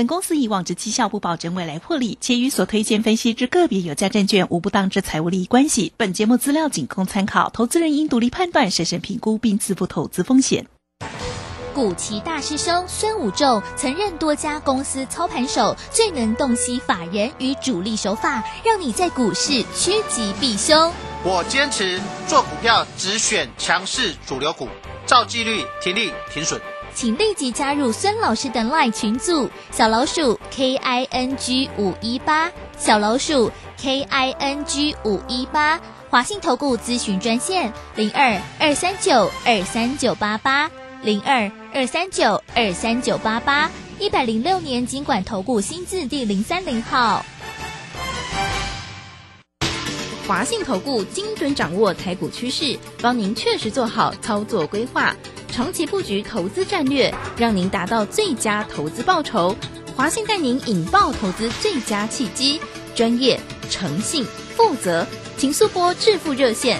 本公司以往之绩效不保证未来获利，且与所推荐分析之个别有价证券无不当之财务利益关系。本节目资料仅供参考，投资人应独立判断、审慎评估并自负投资风险。 古奇大师兄孙武仲曾任多家公司操盘手，最能洞悉法人与主力手法，让你在股市趋吉避凶。 我坚持做股票只选强势主流股，照纪律停利停损。 请立即加入孙老师的 LINE 群组，小老鼠 KING518， 小老鼠 KING518， 华信投顾咨询专线02-239-23988，02-239-23988，106年金管投顾新字第030号。 华信投顾精准掌握台股趋势，帮您确实做好操作规划，长期布局投资战略，让您达到最佳投资报酬。华信带您引爆投资最佳契机，专业、诚信、负责，请速拨致富热线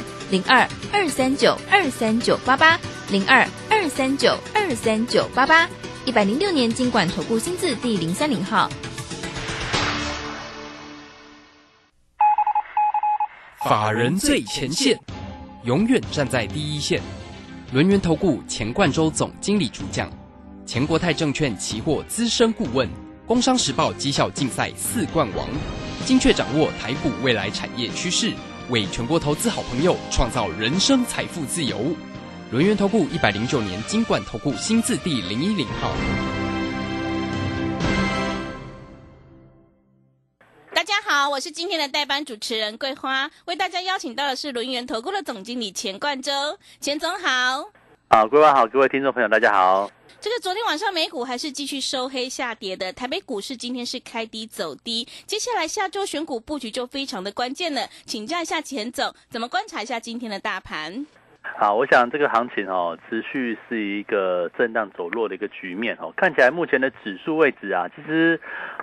02-239-23988，02-239-23988，106年金管投顾新字第030号。 法人最前线，永远站在第一线。轮源投顾钱冠洲总经理主讲，前国泰证券期货资深顾问，工商时报绩效竞赛4冠王，精确掌握台股未来产业趋势，为全国投资好朋友创造人生财富自由。轮源投顾109年金管投顾新字第010号。 大家好，我是今天的代班主持人桂花，为大家邀请到的是轮源投顾的总经理钱冠洲。钱总好。 好，桂花好，各位听众朋友大家好。 这个昨天晚上美股还是继续收黑下跌的，台北股市今天是开低走低，接下来下周选股布局就非常的关键了，请教一下钱总，怎么观察一下今天的大盘？ 好，我想这个行情持续是一个震荡走弱的一个局面看起来目前的指数位置啊，其实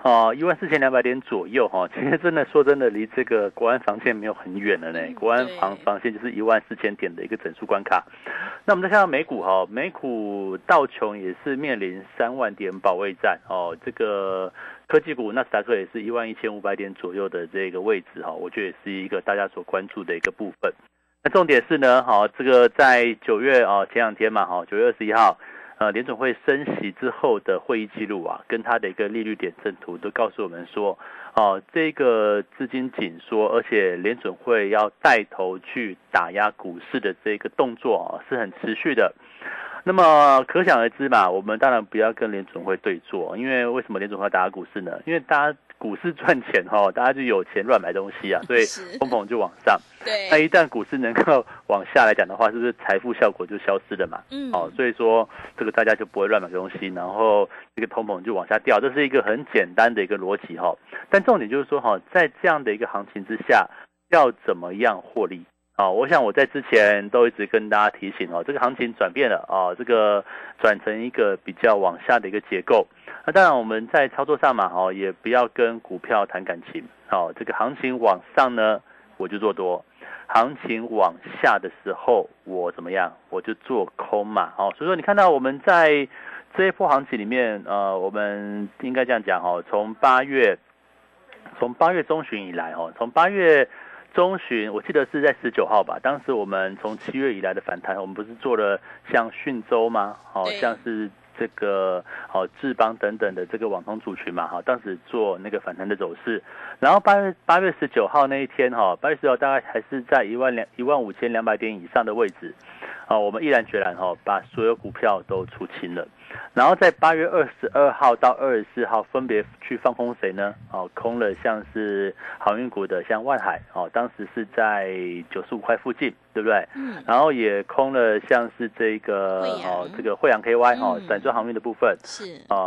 14200点左右其实真的说真的离这个国安防线没有很远了呢。国安防线就是14000点的一个整数关卡。那我们再看到美股美股道琼也是面临3万点保卫战这个科技股纳斯达克也是11500点左右的这个位置我觉得也是一个大家所关注的一个部分。那重点是呢，这个在9月前两天嘛，9月21号，联准会升息之后的会议记录啊，跟它的一个利率点阵图都告诉我们说，这个资金紧缩，而且联准会要带头去打压股市的这个动作是很持续的。那么可想而知嘛，我们当然不要跟联准会对坐，因为为什么联准会要打压股市呢？因为大家股市赚钱大家就有钱乱买东西啊，所以通膨就往上。 对， 那一旦股市能够往下来讲的话，是不是财富效果就消失了嘛？所以说这个大家就不会乱买东西，然后这个通膨就往下掉，这是一个很简单的一个逻辑但重点就是说在这样的一个行情之下，要怎么样获利？我想我在之前都一直跟大家提醒这个行情转变了这个转成一个比较往下的一个结构。那当然我们在操作上嘛也不要跟股票谈感情这个行情往上呢我就做多，行情往下的时候我怎么样我就做空嘛所以说你看到我们在这一波行情里面我们应该这样讲从8月中旬以来从8月中旬我记得是在19号吧，当时我们从7月以来的反弹，我们不是做了像讯州吗像是这个智邦等等的这个网通族群嘛当时做那个反弹的走势。然后8月19号那一天8月19号大概还是在15200点以上的位置我们毅然决然把所有股票都出清了。然后在8月22号到24号分别去放空谁呢空了像是航运股的像万海当时是在95块附近，对不对？然后也空了像是这个这个惠阳 KY 散装航运的部分是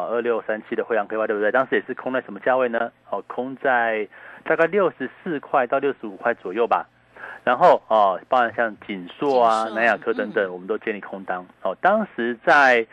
2637的惠阳 KY， 对不对？当时也是空在什么价位呢空在大概64块到65块左右吧。然后包含像锦硕啊、南亚科等等，我们都建立空单当时在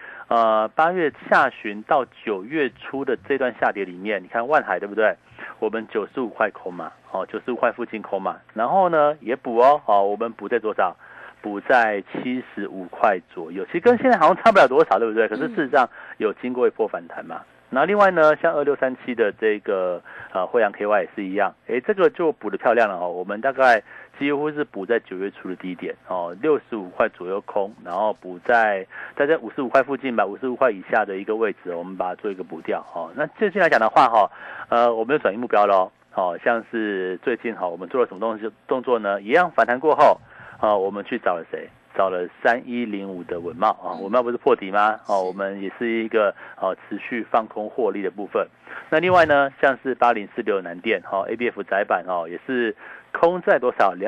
8月下旬到9月初的这段下跌里面，你看万海对不对？我们95块空嘛95块附近空嘛。然后呢也补我们补在多少？补在75块左右，其实跟现在好像差不了多少，对不对？可是事实上有经过一波反弹嘛那另外呢，像2637的这个惠阳 KY 也是一样，这个就补得漂亮了哦。我们大概几乎是补在9月初的低点哦，65块左右空，然后补在大概55块附近吧，55块以下的一个位置，我们把它做一个补掉哦。那最近来讲的话我们有转移目标咯像是最近我们做了什么动作呢？一样反弹过后我们去找了谁？找了3105的稳懋稳懋不是破底吗？我们也是一个持续放空获利的部分。那另外呢，像是8046南电ABF 窄板也是空在多少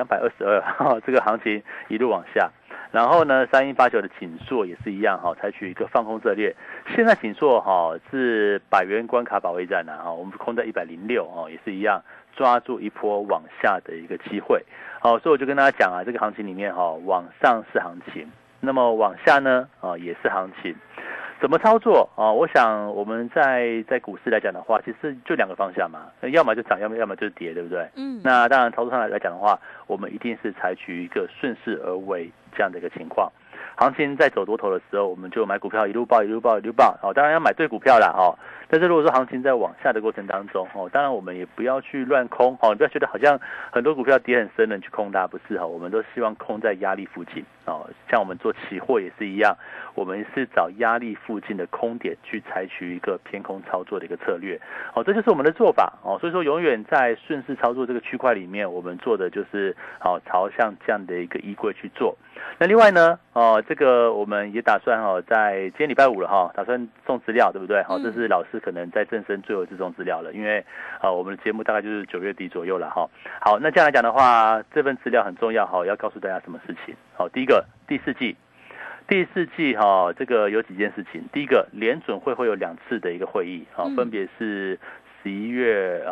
222这个行情一路往下。然后呢，3189的景硕也是一样采取一个放空策略。现在景硕是100元关卡保卫战我们空在106也是一样抓住一波往下的一个机会。所以我就跟大家讲这个行情里面往上是行情，那么往下呢也是行情。怎么操作我想我们在股市来讲的话，其实就2个方向嘛，要么就涨，要么就是跌，对不对？那当然操作上来讲的话，我们一定是采取一个顺势而为这样的一个情况。行情在走多头的时候，我们就买股票一路报当然要买对股票啦但是如果说行情在往下的过程当中当然我们也不要去乱空你不要觉得好像很多股票跌很深了你去空它，不是我们都希望空在压力附近像我们做期货也是一样，我们是找压力附近的空点去采取一个偏空操作的一个策略这就是我们的做法所以说永远在顺势操作这个区块里面，我们做的就是朝向这样的一个衣柜去做。那另外呢这个我们也打算在今天礼拜五了打算送资料，对不对这是老师可能在正身最后一次送资料了，因为我们的节目大概就是9月底左右了好，那这样来讲的话，这份资料很重要要告诉大家什么事情第一个，第四季这个有几件事情。第一个，联准会有2次的一个会议分别是11月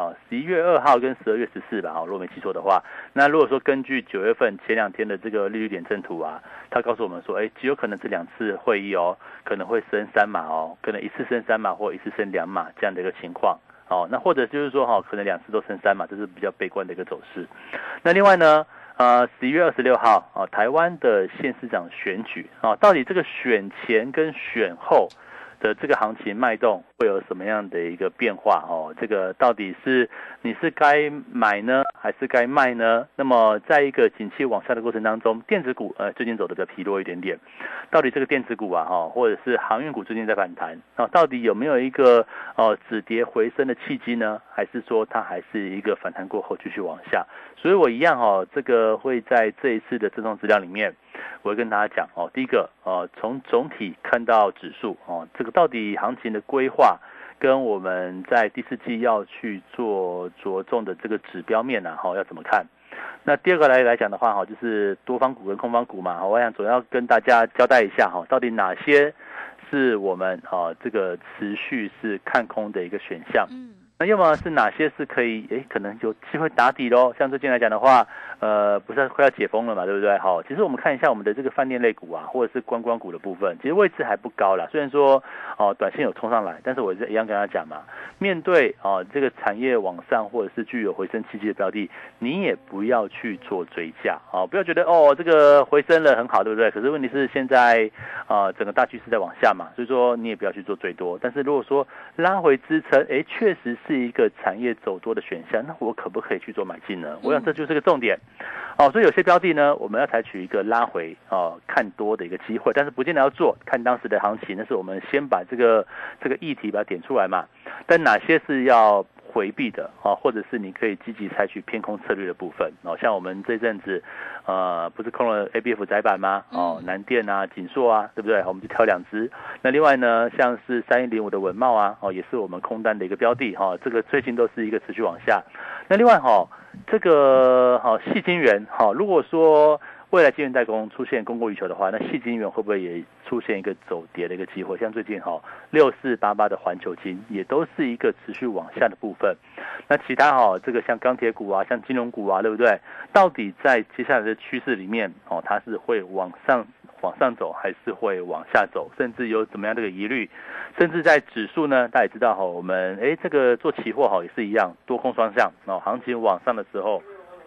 2号跟12月14吧如果没记错的话。那如果说根据9月份前2天的这个利率点阵图他告诉我们说极有可能这2次会议可能会升3码可能一次升3码或一次升2码这样的一个情况那或者就是说可能2次都升3码，这是比较悲观的一个走势。那另外呢11月26号台湾的县市长选举到底这个选前跟选后的这个行情脉动会有什么样的一个变化这个到底是你是该买呢还是该卖呢？那么在一个景气往下的过程当中，电子股最近走的比较疲弱一点点，到底这个电子股或者是航运股最近在反弹到底有没有一个止跌回升的契机呢？还是说它还是一个反弹过后继续往下？所以我一样这个会在这一次的赠送资料里面，我会跟大家讲第一个从总体看到指数这个到底行情的规划跟我们在第4季要去做着重的这个指标面要怎么看？那第二个来讲的话就是多方股跟空方股嘛我想总要跟大家交代一下到底哪些是我们这个持续是看空的一个选项。那要么是哪些是可以可能有机会打底咯，像最近来讲的话不是快要解封了嘛，对不对其实我们看一下我们的这个饭店类股或者是观光股的部分，其实位置还不高啦，虽然说短线有冲上来，但是我一样跟他讲嘛，面对这个产业往上或者是具有回升契机的标的，你也不要去做追价不要觉得这个回升了很好，对不对？可是问题是现在整个大趋势在往下嘛，所以说你也不要去做最多。但是如果说拉回支撑确实是一个产业走多的选项，那我可不可以去做买进呢？我想这就是个重点所以有些标的呢，我们要采取一个拉回看多的一个机会，但是不见得要做，看当时的行情，那是我们先把这个议题把它点出来嘛。但哪些是要回避的或者是你可以积极采取偏空策略的部分像我们这阵子不是空了 ABF 窄板吗南电景硕对不对？我们就挑2只。那另外呢，像是3105的稳懋也是我们空单的一个标的这个最近都是一个持续往下。那另外这个矽晶圆如果说未来晶圆代工出现供过于求的话，那矽晶圆会不会也出现一个走跌的一个机会？像最近6488的环球晶也都是一个持续往下的部分。那其他这个像钢铁股像金融股对不对？到底在接下来的趋势里面它是会往上走还是会往下走，甚至有怎么样的一个疑虑？甚至在指数呢，大家也知道我们这个做期货也是一样，多空双向行情往上的时候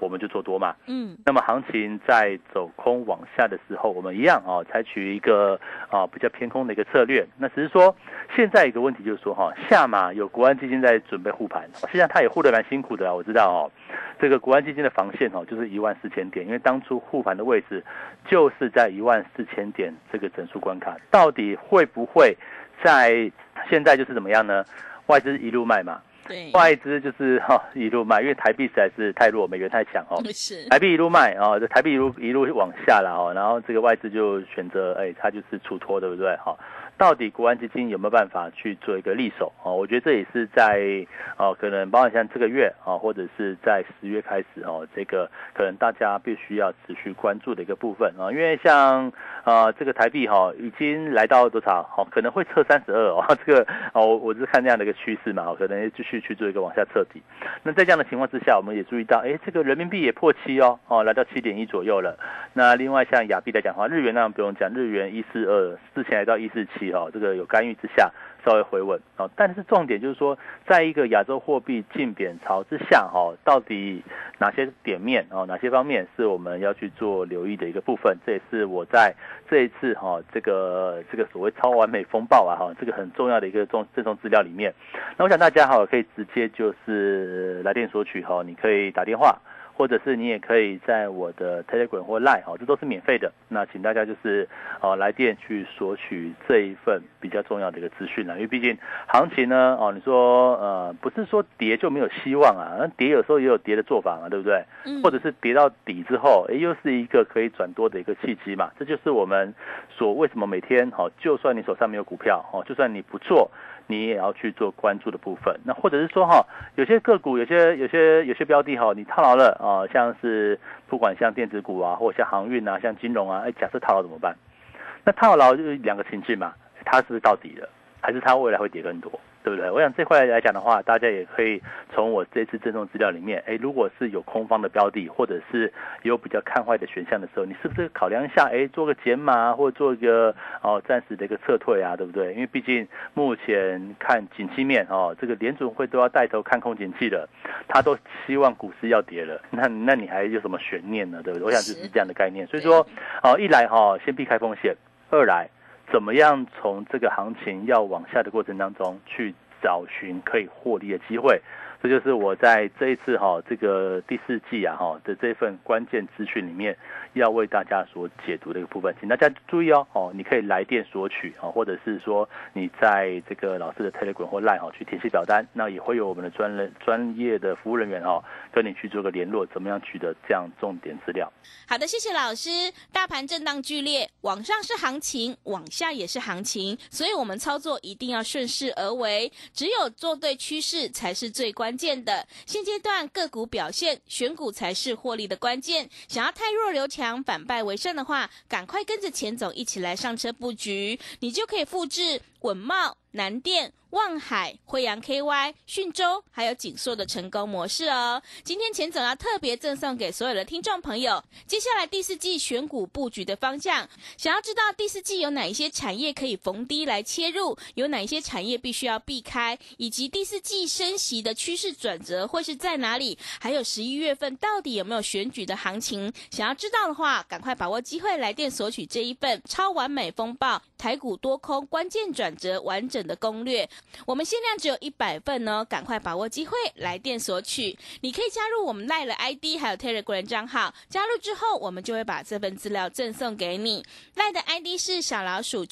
我们就做多嘛。那么行情在走空往下的时候，我们一样采取一个比较偏空的一个策略。那只是说现在一个问题就是说下马有国安基金在准备护盘，实际上他也护得蛮辛苦的我知道这个国安基金的防线就是14000点，因为当初护盘的位置就是在14000点这个整数关卡，到底会不会在现在就是怎么样呢？外资一路卖嘛。对，外资就是一路卖，因为台币实在是太弱，美元太强是台币一路卖台币一路往下了然后这个外资就选择它就是出脱，对不对到底国安基金有没有办法去做一个力守我觉得这也是在可能包含像这个月或者是在10月开始这个可能大家必须要持续关注的一个部分因为像这个台币已经来到多少可能会测32这个我是看这样的一个趋势嘛可能继续去做一个往下测底。那在这样的情况之下，我们也注意到这个人民币也破7来到7.1左右了。那另外像亚币来讲的话，日元那不用讲，日元142之前来到147这个有干预之下稍微回稳但是重点就是说，在一个亚洲货币净贬潮之下到底哪些点面哪些方面是我们要去做留意的一个部分，这也是我在这一次这个所谓超完美风暴这个很重要的一个赠送资料里面。那我想大家可以直接就是来电索取你可以打电话，或者是你也可以在我的 Telegram 或 Line 这都是免费的。那请大家就是来电去索取这一份比较重要的一个资讯因为毕竟行情呢你说不是说跌就没有希望那跌有时候也有跌的做法嘛，对不对？或者是跌到底之后又是一个可以转多的一个契机嘛。这就是我们为什么每天就算你手上没有股票就算你不做，你也要去做关注的部分。那或者是说有些个股有些标的你套牢了像是不管像电子股或者像航运像金融假设套牢怎么办？那套牢就是两个情境嘛，它是不是到底了，还是它未来会跌更多，对不对？我想这块来讲的话，大家也可以从我这次赠送资料里面如果是有空方的标的，或者是有比较看坏的选项的时候，你是不是考量一下做个减码，或者做一个暂时的一个撤退对不对？因为毕竟目前看景气面这个联准会都要带头看空景气了，他都希望股市要跌了，那你还有什么悬念呢？对不对？我想就是这样的概念。所以说一来先避开风险，二来怎么样从这个行情要往下的过程当中去找寻可以获利的机会。这就是我在这一次这个第4季的这份关键资讯里面要为大家所解读的一个部分，请大家注意你可以来电索取或者是说你在这个老师的 Telegram 或 Line 去填写表单，那也会有我们的专业的服务人员跟你去做个联络，怎么样取得这样重点资料。 好的，谢谢老师。大盘震荡剧烈，往上是行情，往下也是行情，所以我们操作一定要顺势而为，只有做对趋势才是最关键的。现阶段个股表现，选股才是获利的关键。想要汰弱留强，反败为胜的话，赶快跟着钱总一起来上车布局，你就可以复制稳懋、南电、万海、辉阳 KY、讯州还有景硕的成功模式今天钱总要特别赠送给所有的听众朋友。接下来第4季选股布局的方向，想要知道第4季有哪一些产业可以逢低来切入，有哪一些产业必须要避开，以及第4季升息的趋势转折会是在哪里，还有11月份到底有没有选举的行情，想要知道的话，赶快把握机会来电索取这一份超完美风暴台股多空关键转折完整的攻略。我们限量只有100份赶快把握机会来电索取。你可以加入我们 LINE 的 ID 还有 Telegram 账号，加入之后我们就会把这份资料赠送给你。LINE 的 ID 是小老鼠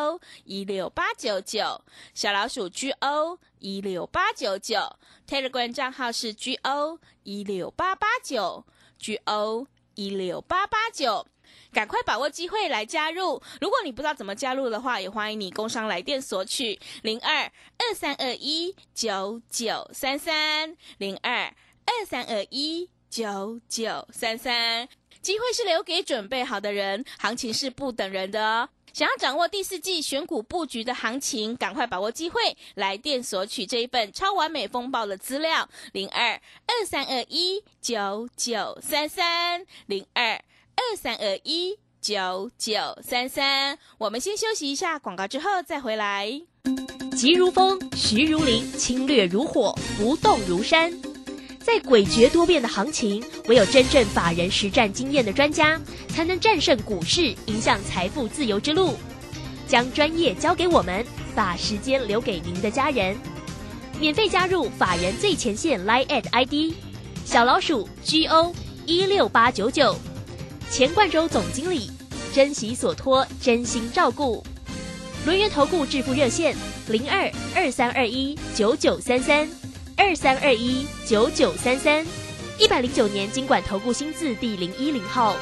GO16899， 小老鼠 GO16899， Telegram 账号是 GO16889， GO16889。赶快把握机会来加入，如果你不知道怎么加入的话，也欢迎你工商来电索取02-2321-9933 02-2321-9933。机会是留给准备好的人，行情是不等人的想要掌握第4季选股布局的行情，赶快把握机会来电索取这一份超完美风暴的资料02-2321-9933 02-2321-9933。我们先休息一下广告，之后再回来。 急如风，徐如林，侵略如火，不动如山。 在诡谲多变的行情，唯有真正法人实战经验的专家，才能战胜股市，迎向财富自由之路。将专业交给我们，把时间留给您的家人。免费加入法人最前线 Line@ ID 小老鼠 GO16899，钱冠洲总经理，珍惜所托，真心照顾。轮源投顾致富热线02-2321-9933，2321-9933，109年金管投顾新字第010号。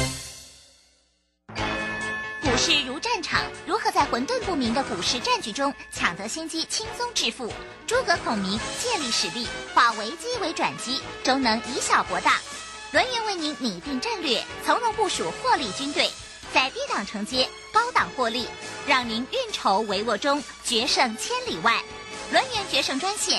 股市如战场，如何在混沌不明的股市战局中抢得先机，轻松致富？诸葛孔明借力使力，化危机为转机，终能以小博大。轮源为您拟定战略，从容部署获利军队，在低档承接，高档获利，让您运筹帷幄中决胜千里外。轮源决胜专线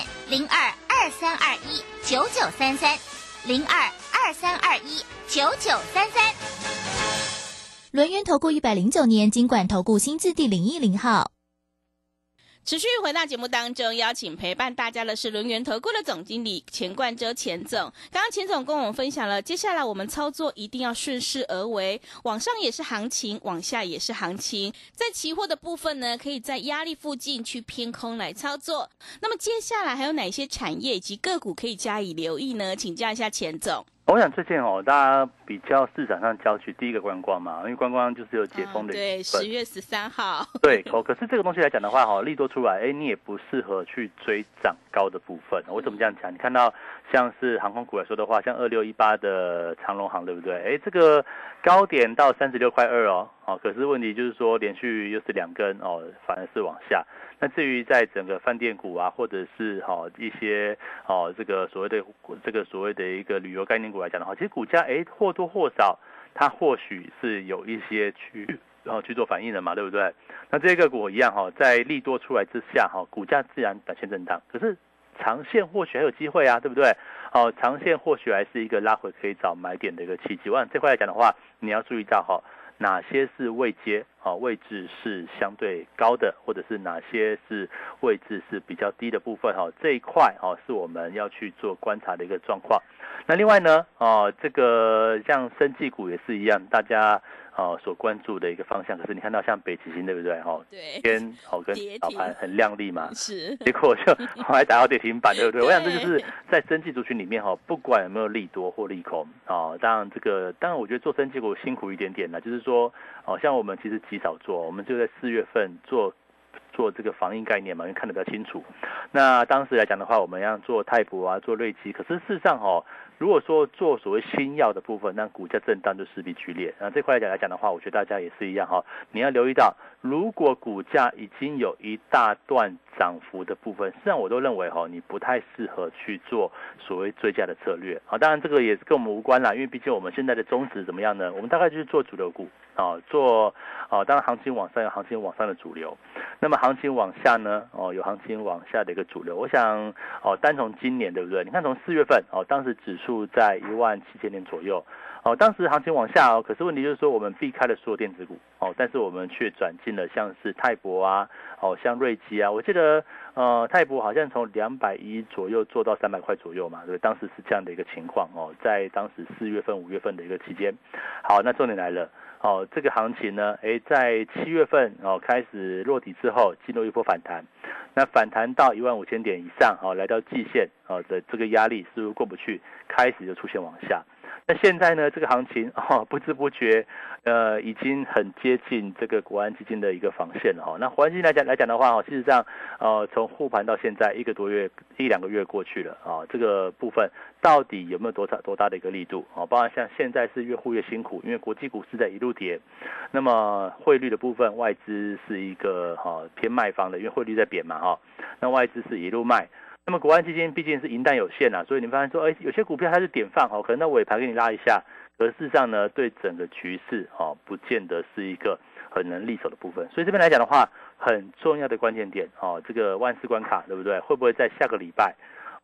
02-2321-9933，02-2321-9933。 轮源投顾109年金管投顾新字第010号。 持续回到节目当中，邀请陪伴大家的是轮源投顾的总经理钱冠洲钱总。刚刚钱总跟我们分享了，接下来我们操作一定要顺势而为，往上也是行情，往下也是行情。在期货的部分呢，可以在压力附近去偏空来操作。那么接下来还有哪些产业以及个股可以加以留意呢？请教一下钱总。 我想最近大家比较市场上焦取第一个观光嘛，因为观光就是有解封的对，10月13号。 对，可是这个东西来讲的话，利多出来，你也不适合去追涨高的部分。为什么这样讲？你看到像是航空股来说的话，像2618的长荣航，对不对？这个高点到36.2块可是问题就是说连续又是2根反而是往下。那至于在整个饭店股啊，或者是一些这个所谓的一个旅游概念股来讲的话，其实股价或多或少它或许是有一些去做反应的嘛，对不对？那这个股一样在利多出来之下股价自然短线震荡，可是长线或许还有机会啊，对不对？长线或许还是一个拉回可以找买点的一个契机。我想这块来讲的话，你要注意到哪些是位阶位置是相对高的，或者是哪些是位置是比较低的部分这一块是我们要去做观察的一个状况。那另外呢这个像生技股也是一样，大家所关注的一个方向。可是你看到像北极星，对不对？ 对， 跟早盘很亮丽嘛， 是， 结果就还打到跌停板，对不对？我想这就是在生技族群里面不管有没有利多或利空当然我觉得做生技股辛苦一点点啦，就是说像我们其实极少做，我们就在4月份做这个防疫概念嘛，因为看得比较清楚。那当时来讲的话，我们要做泰博啊，做瑞基，可是事实上如果说做所谓新药的部分，那股价震荡就势必剧烈。这块来讲的话，我觉得大家也是一样你要留意到，如果股价已经有一大段涨幅的部分，实际上我都认为你不太适合去做所谓追价的策略当然这个也是跟我们无关啦，因为毕竟我们现在的宗旨怎么样呢？我们大概就是做主流股做当然行情往上有行情往上的主流，那么行情往下呢有行情往下的一个主流。我想单从今年对不对？你看从4月份当时指数在17000点左右当时行情往下可是问题就是说我们避开了所有电子股但是我们却转进了像是泰博啊像瑞基啊，我记得泰博好像从210左右做到300块左右嘛，对，当时是这样的一个情况在当时4月份5月份的一个期间。好，那重点来了这个行情呢在7月份开始落底之后进入一波反弹，那反弹到15000点以上来到季线的这个压力似乎过不去，开始就出现往下。那现在呢，这个行情不知不觉已经很接近这个国安基金的一个防线了那国安基金来讲的话事实上从护盘到现在1个多月1-2个月过去了这个部分到底有没有多大的一个力度包括像现在是越护越辛苦，因为国际股市在一路跌，那么汇率的部分外资是一个偏卖方的，因为汇率在贬嘛那外资是一路卖。那么国安基金毕竟是银弹有限所以你发现说有些股票它是典范可能到尾盘给你拉一下，可是事实上呢对整个局势不见得是一个很能力守的部分。所以这边来讲的话，很重要的关键点这个万事关卡对不对？会不会在下个礼拜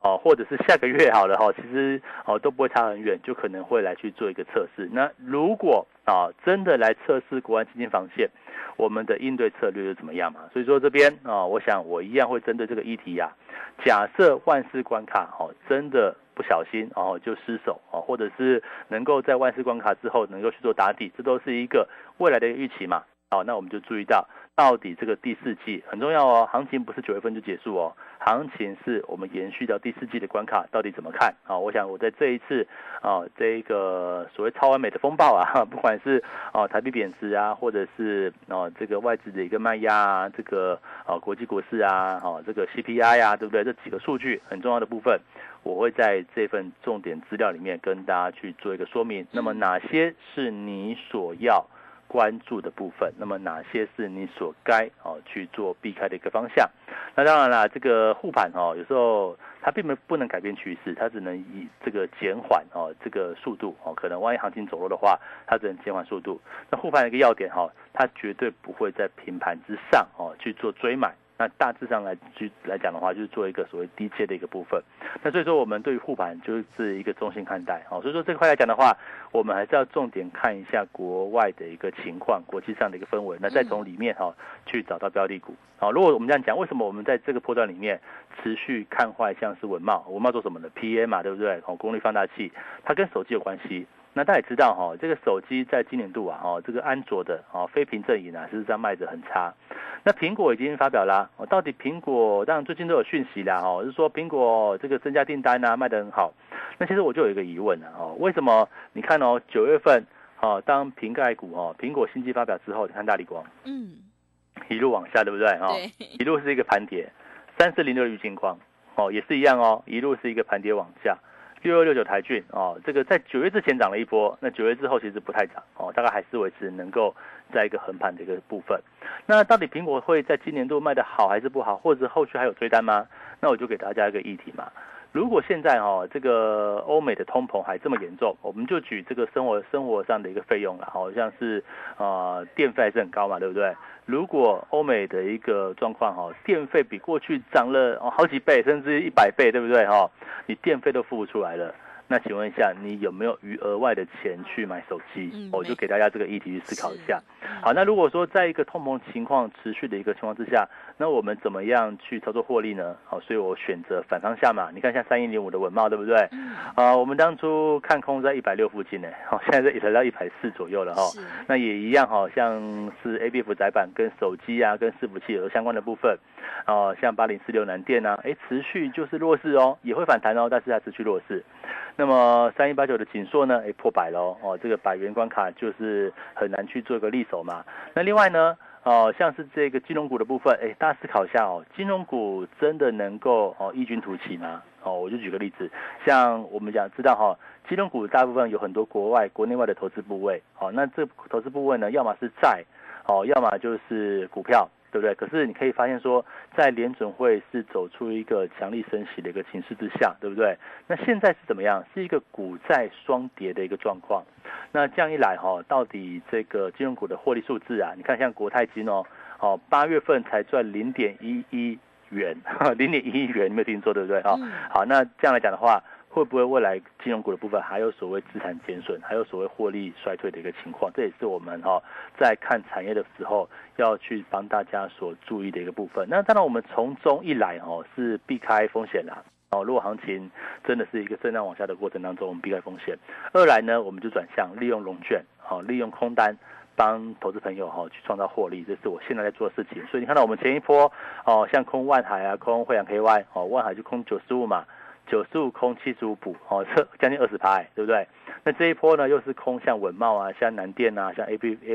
或者是下个月好了其实都不会差很远，就可能会来去做一个测试。那如果真的来测试国安基金防线，我们的应对策略是怎么样嘛？所以说这边我想我一样会针对这个议题假设万事关卡真的不小心就失手或者是能够在万事关卡之后能够去做打底，这都是一个未来的预期嘛。那我们就注意到底这个第四季很重要行情不是9月份就结束行情是我们延续到第四季的关卡，到底怎么看我想我在这一次这一个所谓超完美的风暴不管是台币贬值或者是这个外资的一个卖压这个国际股市这个 CPI 对不对？这几个数据很重要的部分，我会在这份重点资料里面跟大家去做一个说明。那么哪些是你所要关注的部分，那么哪些是你所该去做避开的一个方向？那当然啦，这个护盘有时候它并不能改变趋势，它只能以这个减缓这个速度可能万一行情走弱的话，它只能减缓速度。那护盘的一个要点它绝对不会在平盘之上去做追买。那大致上来讲的话，就是做一个所谓低阶的一个部分。那所以说我们对于护盘就是一个中性看待所以说这块来讲的话，我们还是要重点看一下国外的一个情况，国际上的一个氛围，那再从里面去找到标的股如果我们这样讲，为什么我们在这个波段里面持续看坏像是文茂做什么呢 ？PA 嘛，对不对？功率放大器，它跟手机有关系。那大家也知道这个手机在今年度这个安卓的非屏阵营事实上卖得很差。那苹果已经发表啦到底苹果当然最近都有讯息啦就是说苹果这个增加订单卖得很好。那其实我就有一个疑问为什么你看9月份当瓶盖股苹果新机发表之后，你看大立光一路往下，对不对一路是一个盘跌，3406的玉晶光也是一样一路是一个盘跌往下。6269台骏这个在9月之前涨了一波，那9月之后其实不太涨大概还是维持能够在一个横盘的一个部分。那到底苹果会在今年度卖得好还是不好，或者后续还有追单吗？那我就给大家一个议题嘛。如果现在这个欧美的通膨还这么严重，我们就举这个生活上的一个费用啦像是电费还是很高嘛，对不对？如果欧美的一个状况电费比过去涨了好几倍甚至100倍，对不对你电费都付不出来了，那请问一下，你有没有余额外的钱去买手机？我就给大家这个议题去思考一下。好，那如果说在一个通膨情况持续的一个情况之下，那我们怎么样去操作获利呢？所以我选择反方向嘛。你看像3105的文茂，对不对？我们当初看空在160附近呢，现在来到140左右了那也一样像是 ABF 载板跟手机跟伺服器有相关的部分像8046南电持续就是弱势也会反弹但是它持续弱势。那么3189的景硕呢破100了这个100元关卡就是很难去做一个力守嘛。那另外呢像是这个金融股的部分大家思考一下金融股真的能够异军突起吗？我就举个例子，像我们知道金融股大部分有很多国内外的投资部位那这投资部位呢，要么是债要么就是股票，对不对？可是你可以发现说，在联准会是走出一个强力升息的一个情势之下，对不对？那现在是怎么样？是一个股债双跌的一个状况。那这样一来到底这个金融股的获利数字你看像国泰金8月份才赚0.11元，0.11元，你没有听错，对不对好，那这样来讲的话，会不会未来金融股的部分还有所谓资产减损，还有所谓获利衰退的一个情况？这也是我们在看产业的时候要去帮大家所注意的一个部分。那当然我们从中一来是避开风险啦如果行情真的是一个震荡往下的过程当中，我们避开风险。二来呢，我们就转向利用融券利用空单帮投资朋友去创造获利，这是我现在在做的事情。所以你看到我们前一波像空万海空汇阳 KY 万海就空95嘛，95空75补这将近20%对不对？那这一波呢又是空像文茂像南电像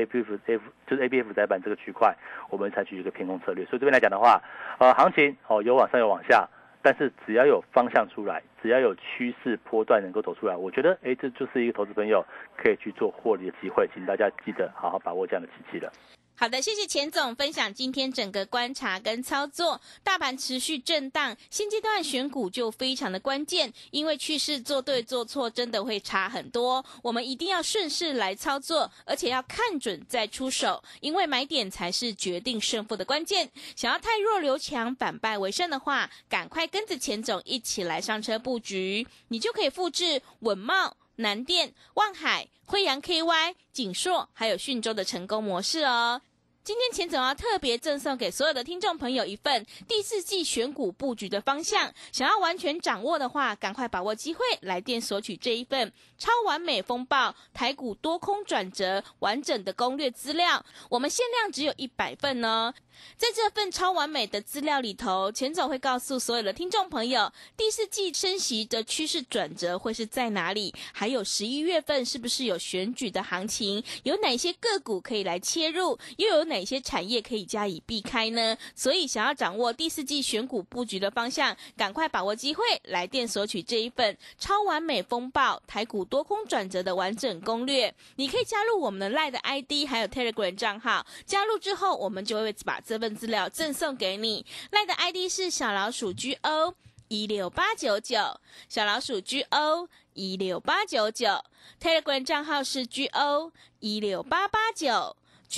ABF 就是 ABF 载板这个区块，我们采取一个偏空策略。所以这边来讲的话行情有往上有往下，但是只要有方向出来，只要有趋势波段能够走出来，我觉得这就是一个投资朋友可以去做获利的机会，请大家记得好好把握这样的契机了。 好的，谢谢钱总分享今天整个观察跟操作。大盘持续震荡，现阶段选股就非常的关键，因为趋势做对做错真的会差很多，我们一定要顺势来操作，而且要看准再出手，因为买点才是决定胜负的关键。想要汰弱留强，反败为胜的话，赶快跟着钱总一起来上车布局，你就可以复制稳懋、南电、万海、辉阳 KY、景硕还有讯州的成功模式哦。今天钱总要特别赠送给所有的听众朋友一份第4季选股布局的方向，想要完全掌握的话，赶快把握机会，来电索取这一份超完美风暴台股多空转折完整的攻略资料，我们限量只有100份哦。在这份超完美的资料里头，钱总会告诉所有的听众朋友，第4季升息的趋势转折会是在哪里，还有11月份是不是有选举的行情，有哪些个股可以来切入，又有哪些产业可以加以避开呢？所以想要掌握第4季选股布局的方向，赶快把握机会，来电索取这一份超完美风暴台股多空转折的完整攻略。你可以加入我们的 LINE 的 ID 还有 Telegram 账号，加入之后我们就会把这份资料赠送给你。 LINE 的 ID 是小老鼠 GO16899， 小老鼠 GO16899， Telegram 账号是 GO16889，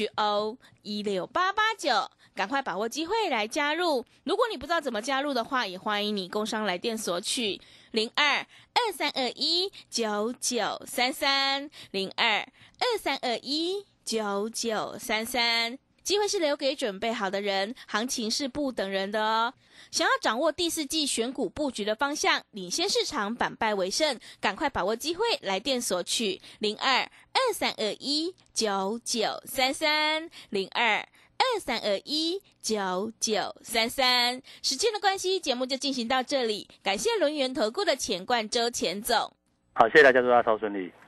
GO16889，赶快把握机会来加入。如果你不知道怎么加入的话，也欢迎你工商来电索取02-2321-9933 02-2321-9933。机会是留给准备好的人，行情是不等人的哦。想要掌握第4季选股布局的方向，领先市场，反败为胜，赶快把握机会，来电索取02-2321-9933 02-2321-9933。时间的关系，节目就进行到这里，感谢轮源投顾的钱冠周钱总。 好，谢谢大家，祝大家超顺利。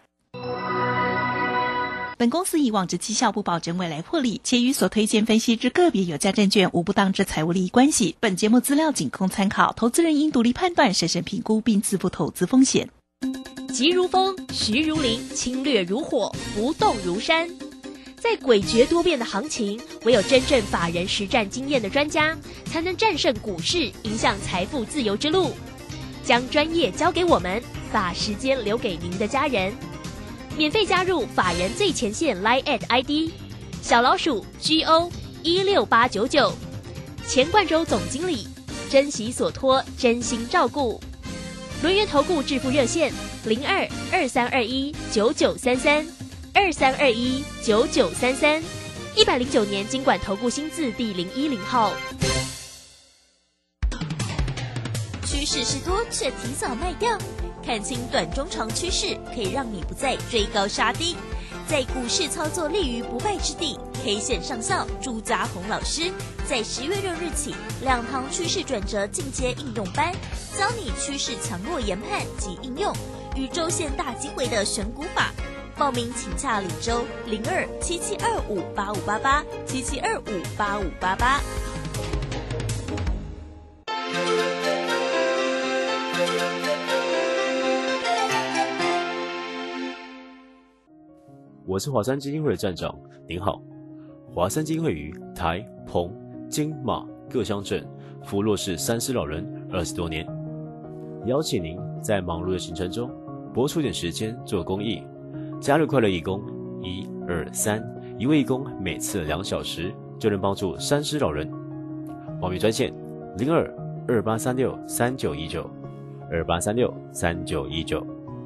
本公司以往之绩效不保证未来获利，且与所推荐分析之个别有价证券无不当之财务利益关系。本节目资料仅供参考，投资人应独立判断、审慎评估并自负投资风险。 急如风，徐如林，侵略如火，不动如山。在诡谲多变的行情，唯有真正法人实战经验的专家，才能战胜股市，迎向财富自由之路。将专业交给我们，把时间留给您的家人。免费加入法人最前线 LINE@ ID 小老鼠 GO16899， 钱冠周总经理，珍惜所托，真心照顾。轮源投顾致富热线02-2321-9933 2321-9933， 109年金管投顾新字第010号。 趋势是多，却提早卖掉。看清短中长趋势，可以让你不再追高杀低，在股市操作立于不败之地。K 线上校朱家宏老师在10月6日起2堂趋势转折进阶应用班，教你趋势强弱研判及应用与周线大机会的选股法。报名请洽李周02-7725-8588 7725-8588。 我是华山基金会的站长，您好。华山基金会于台、澎、金、马各乡镇服务弱势三失老人20多年，邀请您在忙碌的行程中拨出点时间做公益，加入快乐义工123，一位义工每次2小时就能帮助三失老人。报名专线02-2836-3919 2836-3919。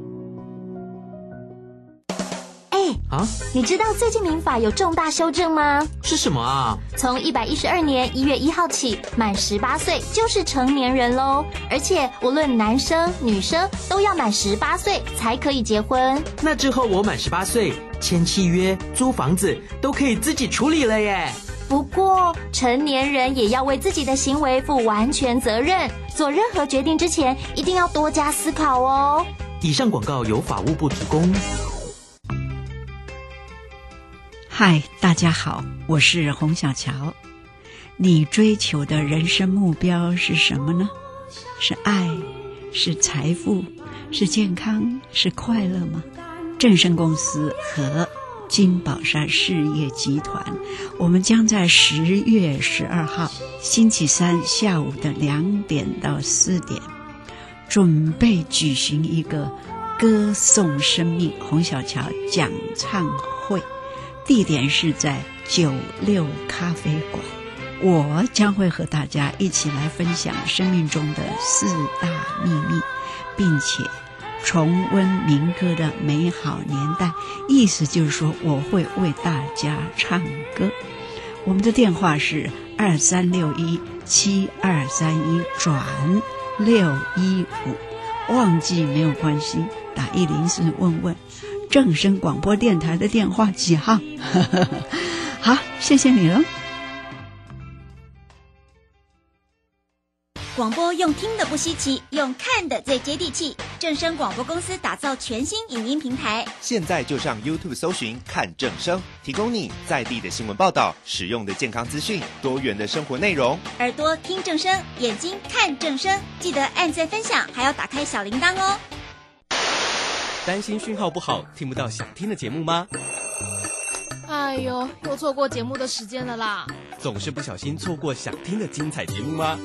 你知道最近民法有重大修正吗？ 是什么啊？ 从112年1月1号起，满18岁就是成年人咯，而且无论男生女生都要满18岁才可以结婚。 那之后我满18岁，签契约、租房子都可以自己处理了耶。 不过成年人也要为自己的行为负完全责任，做任何决定之前一定要多加思考哦。 以上广告由法务部提供。 嗨，大家好，我是洪小乔。你追求的人生目标是什么呢？是爱，是财富，是健康，是快乐吗？正生公司和金宝山事业集团，我们将在10月12号星期三下午的2点到4点，准备举行一个歌颂生命洪小乔讲唱会，地点是在96咖啡馆。我将会和大家一起来分享生命中的4大秘密，并且重温民歌的美好年代，意思就是说我会为大家唱歌。我们的电话是23617231转615，忘记没有关系，打104问问正声广播电台的电话几号。好，谢谢你了。 广播用听的不稀奇，用看的最接地气。正声广播公司打造全新影音平台， 现在就上 YouTube 搜寻看正声，提供你在地的新闻报道、实用的健康资讯、多元的生活内容。 耳朵听正声，眼睛看正声，记得按赞分享，还要打开小铃铛哦。 担心讯号不好，听不到想听的节目吗？ 哎呦，又错过节目的时间了啦！ 总是不小心错过想听的精彩节目吗？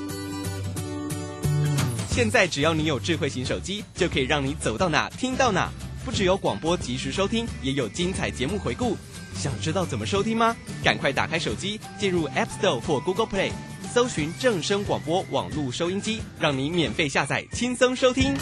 现在只要你有智慧型手机，就可以让你走到哪听到哪。不只有广播及时收听，也有精彩节目回顾。想知道怎么收听吗？赶快打开手机，进入 App Store 或 Google Play， 搜寻正声广播网络收音机，让你免费下载，轻松收听。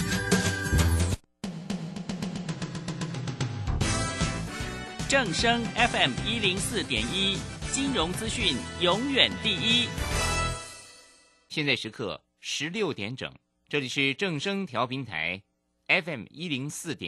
正声 FM 104.1，金融资讯永远第一。现在时刻16点整。这里是正声调频台 FM 104.1。